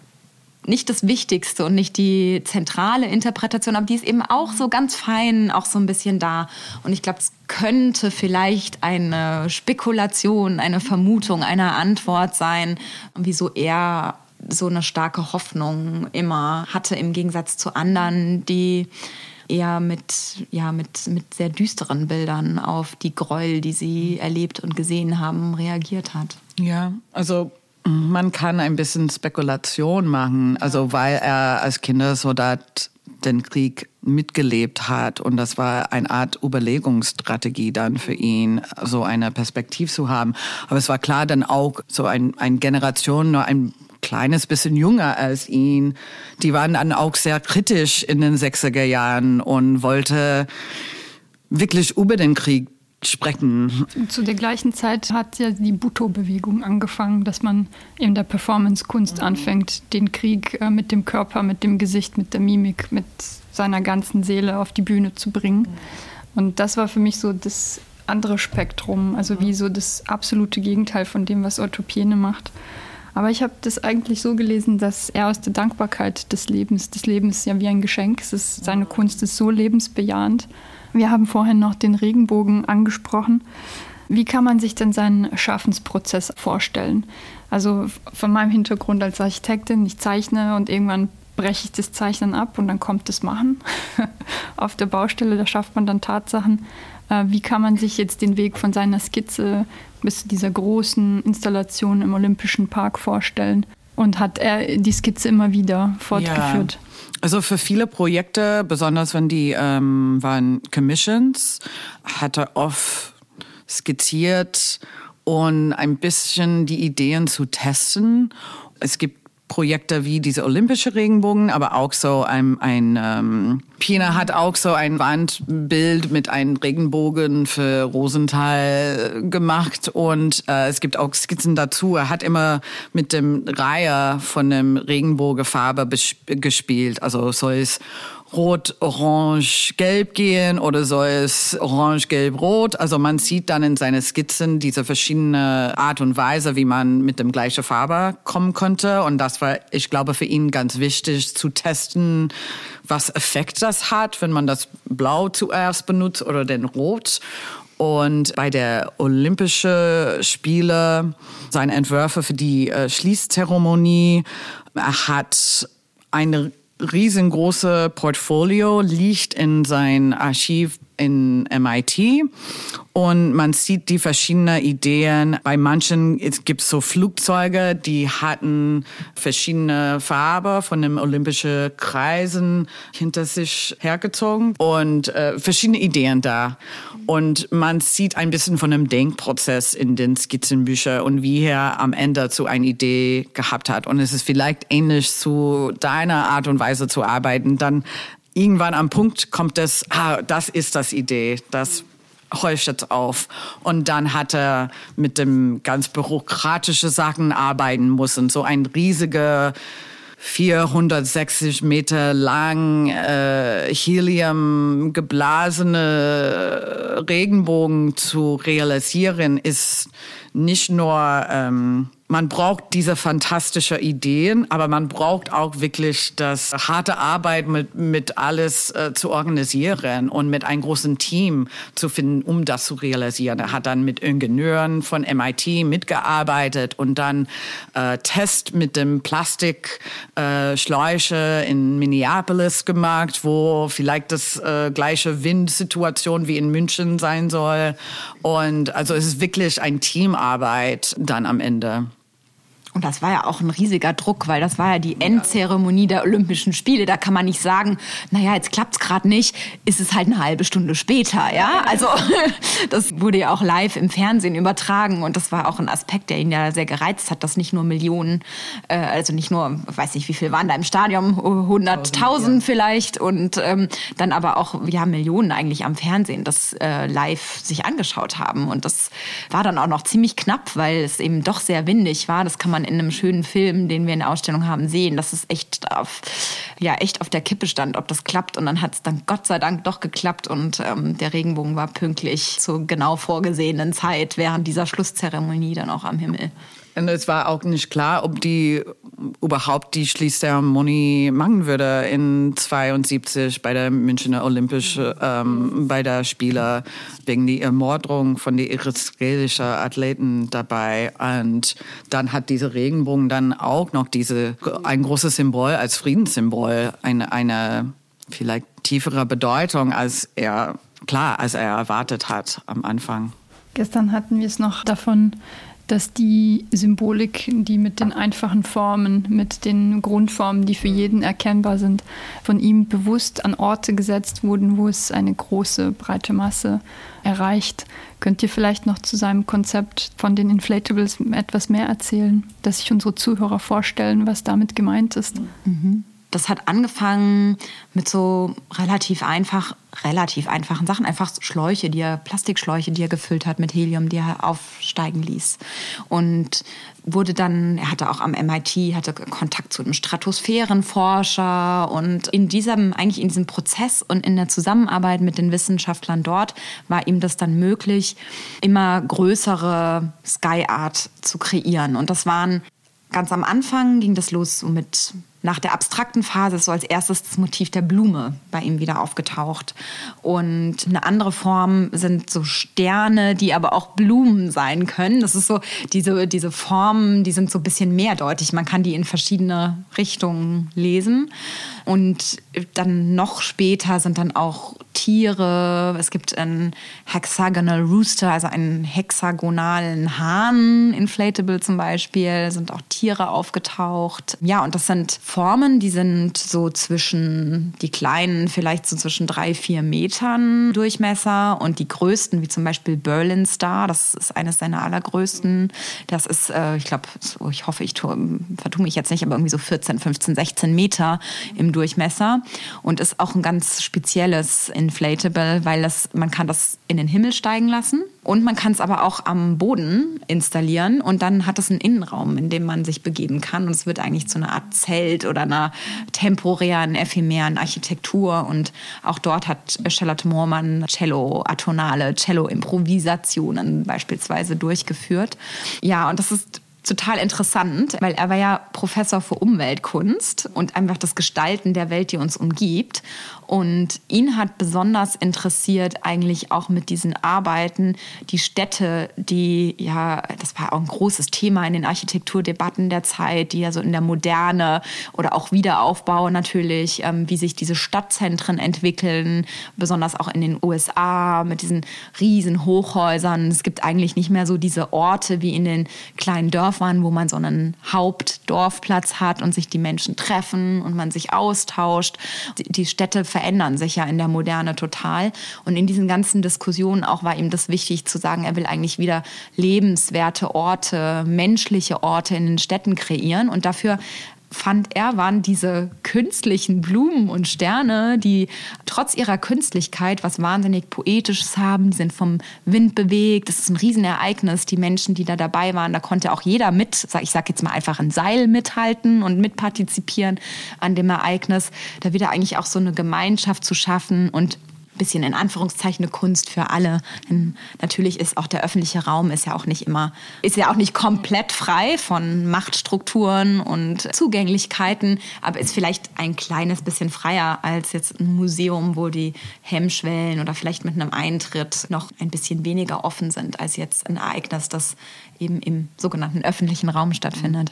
nicht das Wichtigste und nicht die zentrale Interpretation, aber die ist eben auch so ganz fein, auch so ein bisschen da. Und ich glaube, es könnte vielleicht eine Spekulation, eine Vermutung, eine Antwort sein, wieso er so eine starke Hoffnung immer hatte, im Gegensatz zu anderen, die eher mit, ja, mit, mit sehr düsteren Bildern auf die Gräuel, die sie erlebt und gesehen haben, reagiert hat. Ja, also man kann ein bisschen Spekulation machen, also weil er als Kindersoldat den Krieg mitgelebt hat und das war eine Art Überlegungsstrategie dann für ihn, so eine Perspektive zu haben. Aber es war klar dann auch so ein, eine Generation, nur ein kleines bisschen jünger als ihn, die waren dann auch sehr kritisch in den sechziger Jahren und wollte wirklich über den Krieg sprechen. Zu der gleichen Zeit hat ja die Bhutto-Bewegung angefangen, dass man in der Performance-Kunst anfängt, den Krieg äh, mit dem Körper, mit dem Gesicht, mit der Mimik, mit seiner ganzen Seele auf die Bühne zu bringen. Und das war für mich so das andere Spektrum, also wie so das absolute Gegenteil von dem, was Otto Piene macht. Aber ich habe das eigentlich so gelesen, dass er aus der Dankbarkeit des Lebens, das Leben ist ja wie ein Geschenk, es ist, seine Kunst ist so lebensbejahend. Wir haben vorhin noch den Regenbogen angesprochen. Wie kann man sich denn seinen Schaffensprozess vorstellen? Also von meinem Hintergrund als Architektin, ich zeichne und irgendwann breche ich das Zeichnen ab und dann kommt das Machen. Auf der Baustelle, da schafft man dann Tatsachen. Wie kann man sich jetzt den Weg von seiner Skizze bis zu dieser großen Installation im Olympischen Park vorstellen? Und hat er die Skizze immer wieder fortgeführt? Ja. Also für viele Projekte, besonders wenn die ähm, waren Commissions, hat er oft skizziert und ein bisschen die Ideen zu testen. Es gibt Projekte wie diese olympische Regenbogen, aber auch so ein, ein ähm, Piene hat auch so ein Wandbild mit einem Regenbogen für Rosenthal gemacht und äh, es gibt auch Skizzen dazu. Er hat immer mit dem Reihe von dem Regenbogenfarbe gespielt, also soll es Rot, Orange, Gelb gehen oder soll es Orange, Gelb, Rot? Also man sieht dann in seinen Skizzen diese verschiedene Art und Weise, wie man mit dem gleichen Farbe kommen könnte. Und das war, ich glaube, für ihn ganz wichtig zu testen, was Effekt das hat, wenn man das Blau zuerst benutzt oder den Rot. Und bei der Olympischen Spiele, seine Entwürfe für die äh, Schließzeremonie, er hat eine riesengroße Portfolio, liegt in sein Archiv in M I T und man sieht die verschiedenen Ideen. Bei manchen gibt es so Flugzeuge, die hatten verschiedene Farben von den Olympischen Kreisen hinter sich hergezogen und äh, verschiedene Ideen da. Und man sieht ein bisschen von dem Denkprozess in den Skizzenbüchern und wie er am Ende zu einer Idee gehabt hat. Und es ist vielleicht ähnlich zu deiner Art und Weise zu arbeiten. Dann irgendwann am Punkt kommt es, ah, das ist das Idee, das leuchtet auf. Und dann hat er mit dem ganz bürokratischen Sachen arbeiten müssen. So ein riesiger vierhundertsechzig Meter lang äh, Helium geblasene Regenbogen zu realisieren, ist nicht nur, ähm, man braucht diese fantastische Ideen, aber man braucht auch wirklich das harte Arbeit mit, mit alles äh, zu organisieren und mit einem großen Team zu finden, um das zu realisieren. Er hat dann mit Ingenieuren von M I T mitgearbeitet und dann äh, Test mit dem Plastikschläuche äh, in Minneapolis gemacht, wo vielleicht das äh, gleiche Windsituation wie in München sein soll. Und also es ist wirklich ein Teamarbeit dann am Ende. Und das war ja auch ein riesiger Druck, weil das war ja die Endzeremonie der Olympischen Spiele. Da kann man nicht sagen, naja, jetzt klappt's gerade nicht, ist es halt eine halbe Stunde später, ja? Also das wurde ja auch live im Fernsehen übertragen und das war auch ein Aspekt, der ihn ja sehr gereizt hat, dass nicht nur Millionen, äh, also nicht nur, weiß nicht, wie viel waren da im Stadion, hunderttausend ja. vielleicht und ähm, dann aber auch, ja, Millionen eigentlich am Fernsehen, das äh, live sich angeschaut haben. Und das war dann auch noch ziemlich knapp, weil es eben doch sehr windig war. Das kann man in einem schönen Film, den wir in der Ausstellung haben, sehen, dass es echt auf, ja, echt auf der Kippe stand, ob das klappt. Und dann hat es dann Gott sei Dank doch geklappt und ähm, der Regenbogen war pünktlich zur genau vorgesehenen Zeit während dieser Schlusszeremonie dann auch am Himmel. Und es war auch nicht klar, ob die überhaupt die Schließzeremonie machen würde in zweiundsiebzig bei der Münchner Olympischen, ähm, bei der Spiele wegen der Ermordung von den israelischen Athleten dabei. Und dann hat dieser Regenbogen dann auch noch diese, ein großes Symbol als Friedenssymbol, eine, eine vielleicht tiefere Bedeutung, als er, klar, als er erwartet hat am Anfang. Gestern hatten wir es noch davon, dass die Symbolik, die mit den einfachen Formen, mit den Grundformen, die für jeden erkennbar sind, von ihm bewusst an Orte gesetzt wurden, wo es eine große, breite Masse erreicht. Könnt ihr vielleicht noch zu seinem Konzept von den Inflatables etwas mehr erzählen, dass sich unsere Zuhörer vorstellen, was damit gemeint ist? Mhm. Das hat angefangen mit so relativ einfach, relativ einfachen Sachen, einfach Schläuche, die er, Plastikschläuche, die er gefüllt hat mit Helium, die er aufsteigen ließ. Und wurde dann, er hatte auch am M I T, hatte Kontakt zu einem Stratosphärenforscher und in diesem, eigentlich in diesem Prozess und in der Zusammenarbeit mit den Wissenschaftlern dort war ihm das dann möglich, immer größere Sky Art zu kreieren. Und das waren, ganz am Anfang ging das los so mit, nach der abstrakten Phase ist so als erstes das Motiv der Blume bei ihm wieder aufgetaucht. Und eine andere Form sind so Sterne, die aber auch Blumen sein können. Das ist so, diese, diese Formen, die sind so ein bisschen mehrdeutig. Man kann die in verschiedene Richtungen lesen. Und dann noch später sind dann auch Tiere. Es gibt einen Hexagonal Rooster, also einen hexagonalen Hahn, Inflatable zum Beispiel, sind auch Tiere aufgetaucht. Ja, und das sind Formen, die sind so zwischen, die kleinen vielleicht so zwischen drei, vier Metern Durchmesser und die größten, wie zum Beispiel Berlin Star, das ist eines seiner allergrößten. Das ist, äh, ich glaube, so, ich hoffe, ich vertue mich jetzt nicht, aber irgendwie so vierzehn, fünfzehn, sechzehn Meter im Durchmesser und ist auch ein ganz spezielles Inflatable, weil das, man kann das in den Himmel steigen lassen und man kann es aber auch am Boden installieren und dann hat es einen Innenraum, in dem man sich begeben kann und es wird eigentlich zu einer Art Zelt oder einer temporären, ephemeren Architektur und auch dort hat Charlotte Moorman Cello-Atonale, Cello-Improvisationen beispielsweise durchgeführt. Ja, und das ist total interessant, weil er war ja Professor für Umweltkunst und einfach das Gestalten der Welt, die uns umgibt. Und ihn hat besonders interessiert eigentlich auch mit diesen Arbeiten die Städte, die ja, das war auch ein großes Thema in den Architekturdebatten der Zeit, die ja so in der Moderne oder auch Wiederaufbau natürlich, ähm, wie sich diese Stadtzentren entwickeln, besonders auch in den U S A mit diesen riesen Hochhäusern. Es gibt eigentlich nicht mehr so diese Orte wie in den kleinen Dörfern, wo man so einen Hauptdorfplatz hat und sich die Menschen treffen und man sich austauscht. Die Städte verändern sich ja in der Moderne total. Und in diesen ganzen Diskussionen auch war ihm das wichtig zu sagen, er will eigentlich wieder lebenswerte Orte, menschliche Orte in den Städten kreieren. Und dafür fand er, waren diese künstlichen Blumen und Sterne, die trotz ihrer Künstlichkeit was wahnsinnig Poetisches haben. Die sind vom Wind bewegt. Das ist ein Riesenereignis. Die Menschen, die da dabei waren, da konnte auch jeder mit, ich sage jetzt mal einfach ein Seil mithalten und mitpartizipieren an dem Ereignis. Da wieder eigentlich auch so eine Gemeinschaft zu schaffen und bisschen in Anführungszeichen eine Kunst für alle. Denn natürlich ist auch der öffentliche Raum ist ja auch nicht immer, ist ja auch nicht komplett frei von Machtstrukturen und Zugänglichkeiten, aber ist vielleicht ein kleines bisschen freier als jetzt ein Museum, wo die Hemmschwellen oder vielleicht mit einem Eintritt noch ein bisschen weniger offen sind als jetzt ein Ereignis, das eben im sogenannten öffentlichen Raum stattfindet.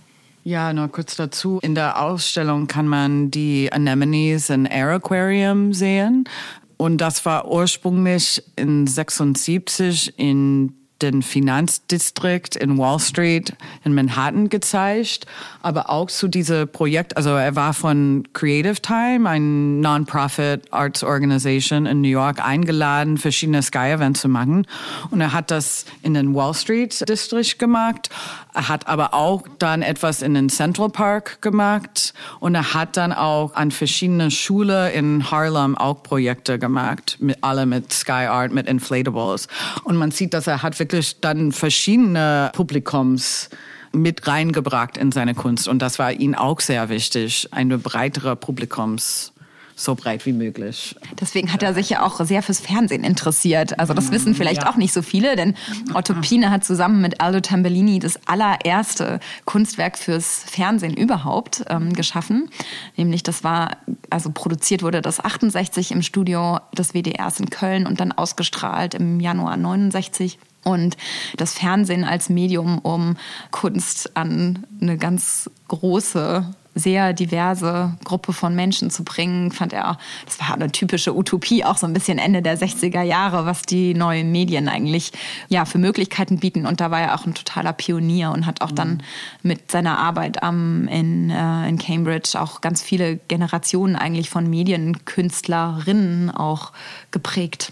Ja, nur kurz dazu. In der Ausstellung kann man die Anemones in Air Aquarium sehen. Und das war ursprünglich in sechsundsiebzig in den Finanzdistrikt in Wall Street in Manhattan gezeigt, aber auch zu diesem Projekt, also er war von Creative Time, ein Non-Profit Arts Organization in New York, eingeladen, verschiedene Sky-Events zu machen. Und er hat das in den Wall Street District gemacht. Er hat aber auch dann etwas in den Central Park gemacht. Und er hat dann auch an verschiedenen Schulen in Harlem auch Projekte gemacht, mit, alle mit Sky Art, mit Inflatables. Und man sieht, dass er hat wirklich dann verschiedene Publikums mit reingebracht in seine Kunst. Und das war ihm auch sehr wichtig, eine breitere Publikums, so breit wie möglich. Deswegen hat er sich ja auch sehr fürs Fernsehen interessiert. Also das wissen vielleicht ja auch nicht so viele, denn Otto Piene hat zusammen mit Aldo Tambellini das allererste Kunstwerk fürs Fernsehen überhaupt ähm, geschaffen. Nämlich das war, also produziert wurde das achtundsechzig im Studio des W D Rs in Köln und dann ausgestrahlt im Januar neunundsechzig. Und das Fernsehen als Medium, um Kunst an eine ganz große, sehr diverse Gruppe von Menschen zu bringen, fand er, das war eine typische Utopie, auch so ein bisschen Ende der sechziger Jahre, was die neuen Medien eigentlich ja für Möglichkeiten bieten. Und da war er auch ein totaler Pionier und hat auch mhm. dann mit seiner Arbeit am, in, äh, in Cambridge auch ganz viele Generationen eigentlich von Medienkünstlerinnen auch geprägt.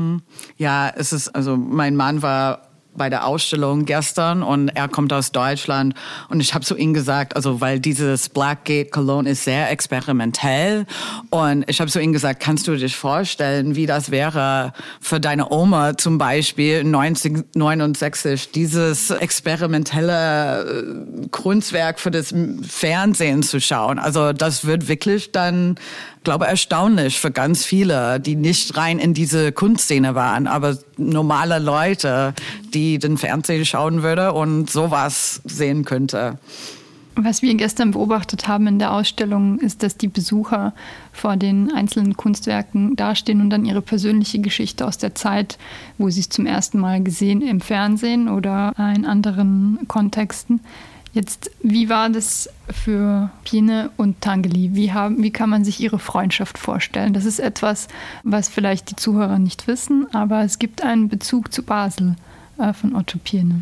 Ja, es ist, also mein Mann war bei der Ausstellung gestern und er kommt aus Deutschland und ich habe zu ihm gesagt, also weil dieses Blackgate Cologne ist sehr experimentell und ich habe zu ihm gesagt, kannst du dich vorstellen, wie das wäre für deine Oma zum Beispiel neunzehnhundertneunundsechzig dieses experimentelle Kunstwerk für das Fernsehen zu schauen. Also das wird wirklich dann, glaube erstaunlich für ganz viele, die nicht rein in diese Kunstszene waren, aber normale Leute, die den Fernsehen schauen würde und sowas sehen könnte. Was wir gestern beobachtet haben in der Ausstellung, ist, dass die Besucher vor den einzelnen Kunstwerken dastehen und dann ihre persönliche Geschichte aus der Zeit, wo sie es zum ersten Mal gesehen im Fernsehen oder in anderen Kontexten. Jetzt, wie war das für Piene und Tanguy? Wie, haben, wie kann man sich ihre Freundschaft vorstellen? Das ist etwas, was vielleicht die Zuhörer nicht wissen, aber es gibt einen Bezug zu Basel äh, von Otto Piene.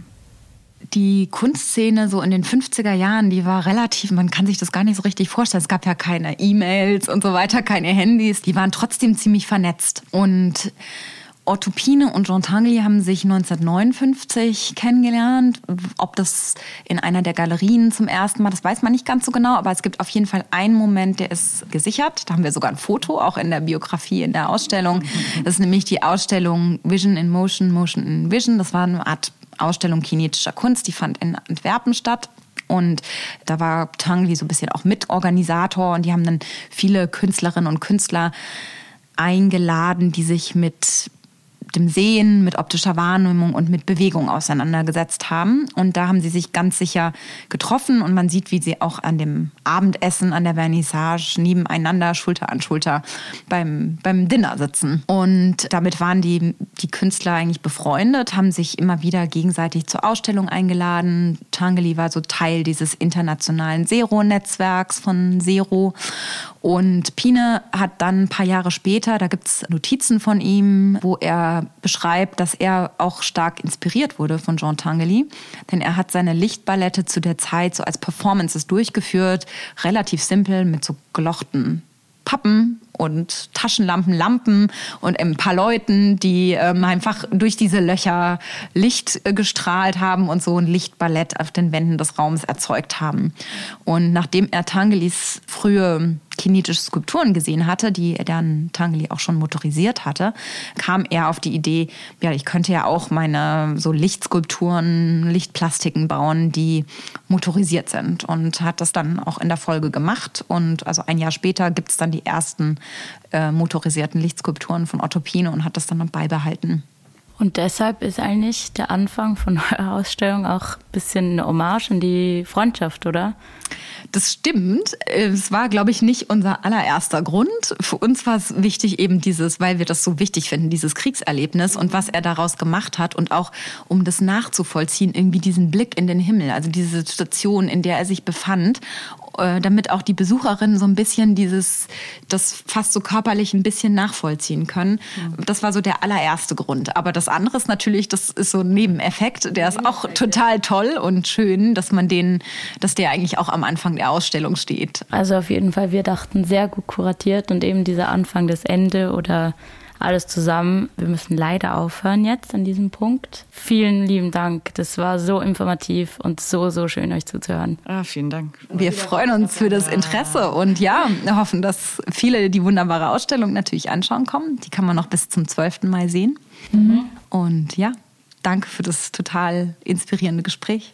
Die Kunstszene so in den fünfziger Jahren, die war relativ, man kann sich das gar nicht so richtig vorstellen. Es gab ja keine E-Mails und so weiter, keine Handys. Die waren trotzdem ziemlich vernetzt. Und Otto Piene und Jean Tanguy haben sich neunzehnhundertneunundfünfzig kennengelernt. Ob das in einer der Galerien zum ersten Mal, das weiß man nicht ganz so genau, aber es gibt auf jeden Fall einen Moment, der ist gesichert. Da haben wir sogar ein Foto, auch in der Biografie, in der Ausstellung. Das ist nämlich die Ausstellung Vision in Motion, Motion in Vision. Das war eine Art Ausstellung kinetischer Kunst, die fand in Antwerpen statt. Und da war Tanguy so ein bisschen auch Mitorganisator und die haben dann viele Künstlerinnen und Künstler eingeladen, die sich mit dem Sehen, mit optischer Wahrnehmung und mit Bewegung auseinandergesetzt haben. Und da haben sie sich ganz sicher getroffen und man sieht, wie sie auch an dem Abendessen, an der Vernissage nebeneinander, Schulter an Schulter beim, beim Dinner sitzen. Und damit waren die, die Künstler eigentlich befreundet, haben sich immer wieder gegenseitig zur Ausstellung eingeladen. Tanguy war so Teil dieses internationalen Zero-Netzwerks von Zero. Und Piene hat dann ein paar Jahre später, da gibt es Notizen von ihm, wo er beschreibt, dass er auch stark inspiriert wurde von Jean Tanguy. Denn er hat seine Lichtballette zu der Zeit so als Performances durchgeführt, relativ simpel mit so gelochten Pappen und Taschenlampen, Lampen und ein paar Leuten, die ähm, einfach durch diese Löcher Licht äh, gestrahlt haben und so ein Lichtballett auf den Wänden des Raums erzeugt haben. Und nachdem er Tangelis frühe kinetische Skulpturen gesehen hatte, die er dann Tanguy auch schon motorisiert hatte, kam er auf die Idee, ja, ich könnte ja auch meine so Lichtskulpturen, Lichtplastiken bauen, die motorisiert sind, und hat das dann auch in der Folge gemacht. Und also ein Jahr später gibt es dann die ersten äh, motorisierten Lichtskulpturen von Otto Piene und hat das dann beibehalten. Und deshalb ist eigentlich der Anfang von eurer Ausstellung auch ein bisschen eine Hommage an die Freundschaft, oder? Das stimmt. Es war, glaube ich, nicht unser allererster Grund. Für uns war es wichtig, eben dieses, weil wir das so wichtig finden, dieses Kriegserlebnis und was er daraus gemacht hat, und auch, um das nachzuvollziehen, irgendwie diesen Blick in den Himmel, also diese Situation, in der er sich befand, damit auch die Besucherinnen so ein bisschen dieses, das fast so körperlich ein bisschen nachvollziehen können. Das war so der allererste Grund. Aber das andere ist natürlich, das ist so ein Nebeneffekt, der ist auch total toll und schön, dass man den, dass der eigentlich auch am Anfang der Ausstellung steht. Also auf jeden Fall, wir dachten, sehr gut kuratiert, und eben dieser Anfang, das Ende oder alles zusammen. Wir müssen leider aufhören jetzt an diesem Punkt. Vielen lieben Dank. Das war so informativ und so, so schön, euch zuzuhören. Ah, vielen Dank. Wir freuen uns für das Interesse und ja, hoffen, dass viele die wunderbare Ausstellung natürlich anschauen kommen. Die kann man noch bis zum zwölften Mai sehen. Mhm. Und ja, danke für das total inspirierende Gespräch.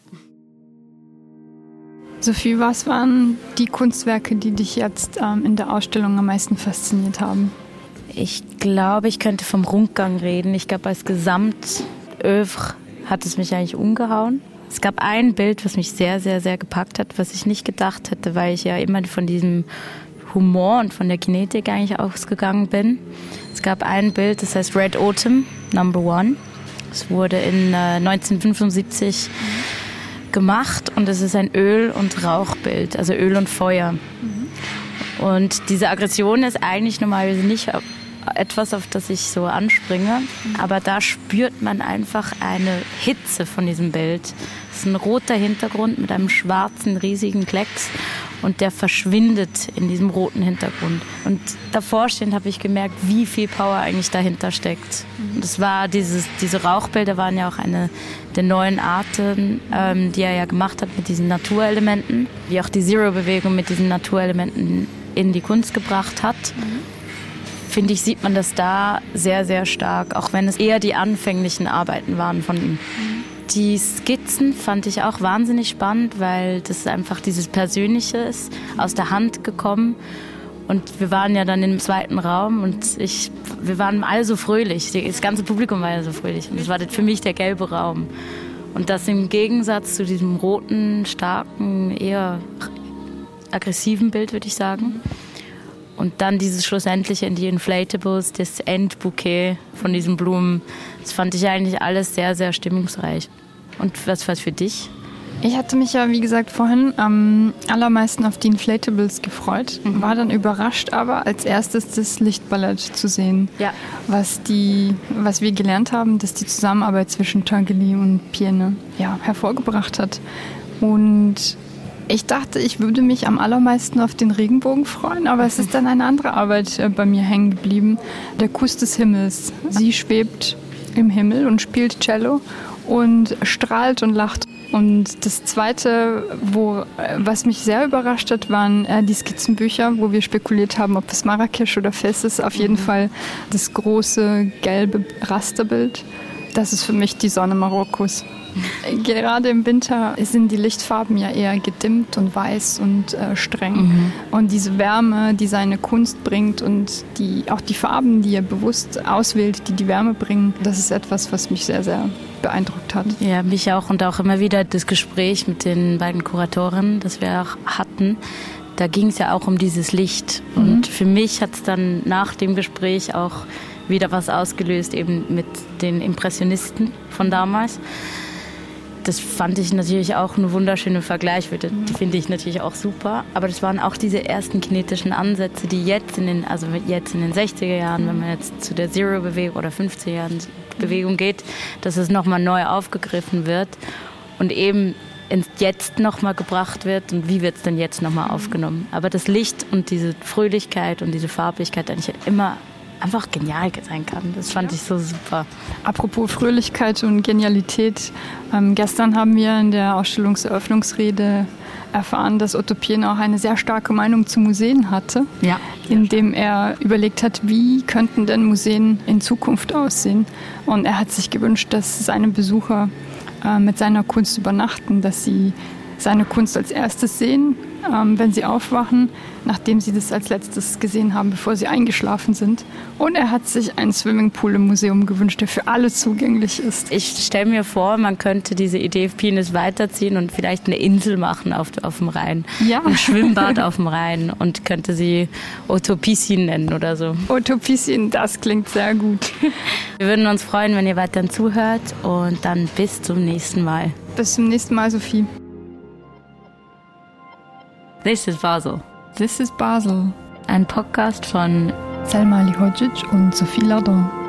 Sophie, was waren die Kunstwerke, die dich jetzt ähm, in der Ausstellung am meisten fasziniert haben? Ich glaube, ich könnte vom Rundgang reden. Ich glaube, als Gesamtövre hat es mich eigentlich umgehauen. Es gab ein Bild, was mich sehr, sehr, sehr gepackt hat, was ich nicht gedacht hätte, weil ich ja immer von diesem Humor und von der Kinetik eigentlich ausgegangen bin. Es gab ein Bild, das heißt Red Autumn, Number One. Es wurde in äh, neunzehnhundertfünfundsiebzig mhm. gemacht, und es ist ein Öl- und Rauchbild, also Öl und Feuer. Mhm. Und diese Aggression ist eigentlich normalerweise nicht etwas, auf das ich so anspringe, aber da spürt man einfach eine Hitze von diesem Bild. Es ist ein roter Hintergrund mit einem schwarzen, riesigen Klecks, und der verschwindet in diesem roten Hintergrund. Und davor stehend habe ich gemerkt, wie viel Power eigentlich dahinter steckt. Und es war dieses, diese Rauchbilder waren ja auch eine der neuen Arten, ähm, die er ja gemacht hat mit diesen Naturelementen, wie auch die Zero-Bewegung mit diesen Naturelementen in die Kunst gebracht hat. Finde ich, sieht man das da sehr, sehr stark, auch wenn es eher die anfänglichen Arbeiten waren von ihm. Die Skizzen fand ich auch wahnsinnig spannend, weil das einfach dieses Persönliche ist, aus der Hand gekommen. Und wir waren ja dann im zweiten Raum, und ich, wir waren alle so fröhlich. Das ganze Publikum war ja so fröhlich. Und das war für mich der gelbe Raum. Und das im Gegensatz zu diesem roten, starken, eher aggressiven Bild, würde ich sagen. Und dann dieses schlussendliche in die Inflatables, das Endbouquet von diesen Blumen. Das fand ich eigentlich alles sehr, sehr stimmungsreich. Und was war es für dich? Ich hatte mich ja, wie gesagt, vorhin am allermeisten auf die Inflatables gefreut. Mhm. War dann überrascht, aber als erstes das Lichtballett zu sehen. Ja. Was, die, was wir gelernt haben, dass die Zusammenarbeit zwischen Tanguy und Piene ja, hervorgebracht hat. Und ich dachte, ich würde mich am allermeisten auf den Regenbogen freuen, aber es ist dann eine andere Arbeit bei mir hängen geblieben. Der Kuss des Himmels. Sie schwebt im Himmel und spielt Cello und strahlt und lacht. Und das Zweite, wo, was mich sehr überrascht hat, waren äh, die Skizzenbücher, wo wir spekuliert haben, ob es Marrakesch oder Fez ist. Auf jeden mhm. Fall das große gelbe Rasterbild. Das ist für mich die Sonne Marokkos. Gerade im Winter sind die Lichtfarben ja eher gedimmt und weiß und äh, streng. Mhm. Und diese Wärme, die seine Kunst bringt, und die, auch die Farben, die er bewusst auswählt, die die Wärme bringen, das ist etwas, was mich sehr, sehr beeindruckt hat. Ja, mich auch, und auch immer wieder das Gespräch mit den beiden Kuratorinnen, das wir auch hatten. Da ging es ja auch um dieses Licht. Mhm. Und für mich hat es dann nach dem Gespräch auch wieder was ausgelöst, eben mit den Impressionisten von damals. Das fand ich natürlich auch ein wunderschöner Vergleich, das finde ich natürlich auch super. Aber das waren auch diese ersten kinetischen Ansätze, die jetzt in den, also jetzt in den sechziger Jahren, wenn man jetzt zu der Zero-Bewegung oder fünfziger Jahren Bewegung geht, dass es nochmal neu aufgegriffen wird. Und eben ins Jetzt nochmal gebracht wird und wie wird es denn jetzt nochmal aufgenommen. Aber das Licht und diese Fröhlichkeit und diese Farbigkeit eigentlich immer einfach genial sein kann. Das fand ich so super. Apropos Fröhlichkeit und Genialität. Ähm, gestern haben wir in der Ausstellungseröffnungsrede erfahren, dass Otto Pien auch eine sehr starke Meinung zu Museen hatte, ja. indem er überlegt hat, wie könnten denn Museen in Zukunft aussehen. Und er hat sich gewünscht, dass seine Besucher äh, mit seiner Kunst übernachten, dass sie seine Kunst als erstes sehen, ähm, wenn sie aufwachen, nachdem sie das als letztes gesehen haben, bevor sie eingeschlafen sind. Und er hat sich einen Swimmingpool im Museum gewünscht, der für alle zugänglich ist. Ich stelle mir vor, man könnte diese Idee Pienes weiterziehen und vielleicht eine Insel machen auf, auf dem Rhein. Ja. Ein Schwimmbad auf dem Rhein und könnte sie Otto Piscin nennen oder so. Otto Piscin, das klingt sehr gut. Wir würden uns freuen, wenn ihr weiterhin zuhört und dann bis zum nächsten Mal. Bis zum nächsten Mal, Sophie. This is Basel. This is Basel. Ein Podcast von Selma Lihodzic und Sophie Lardon.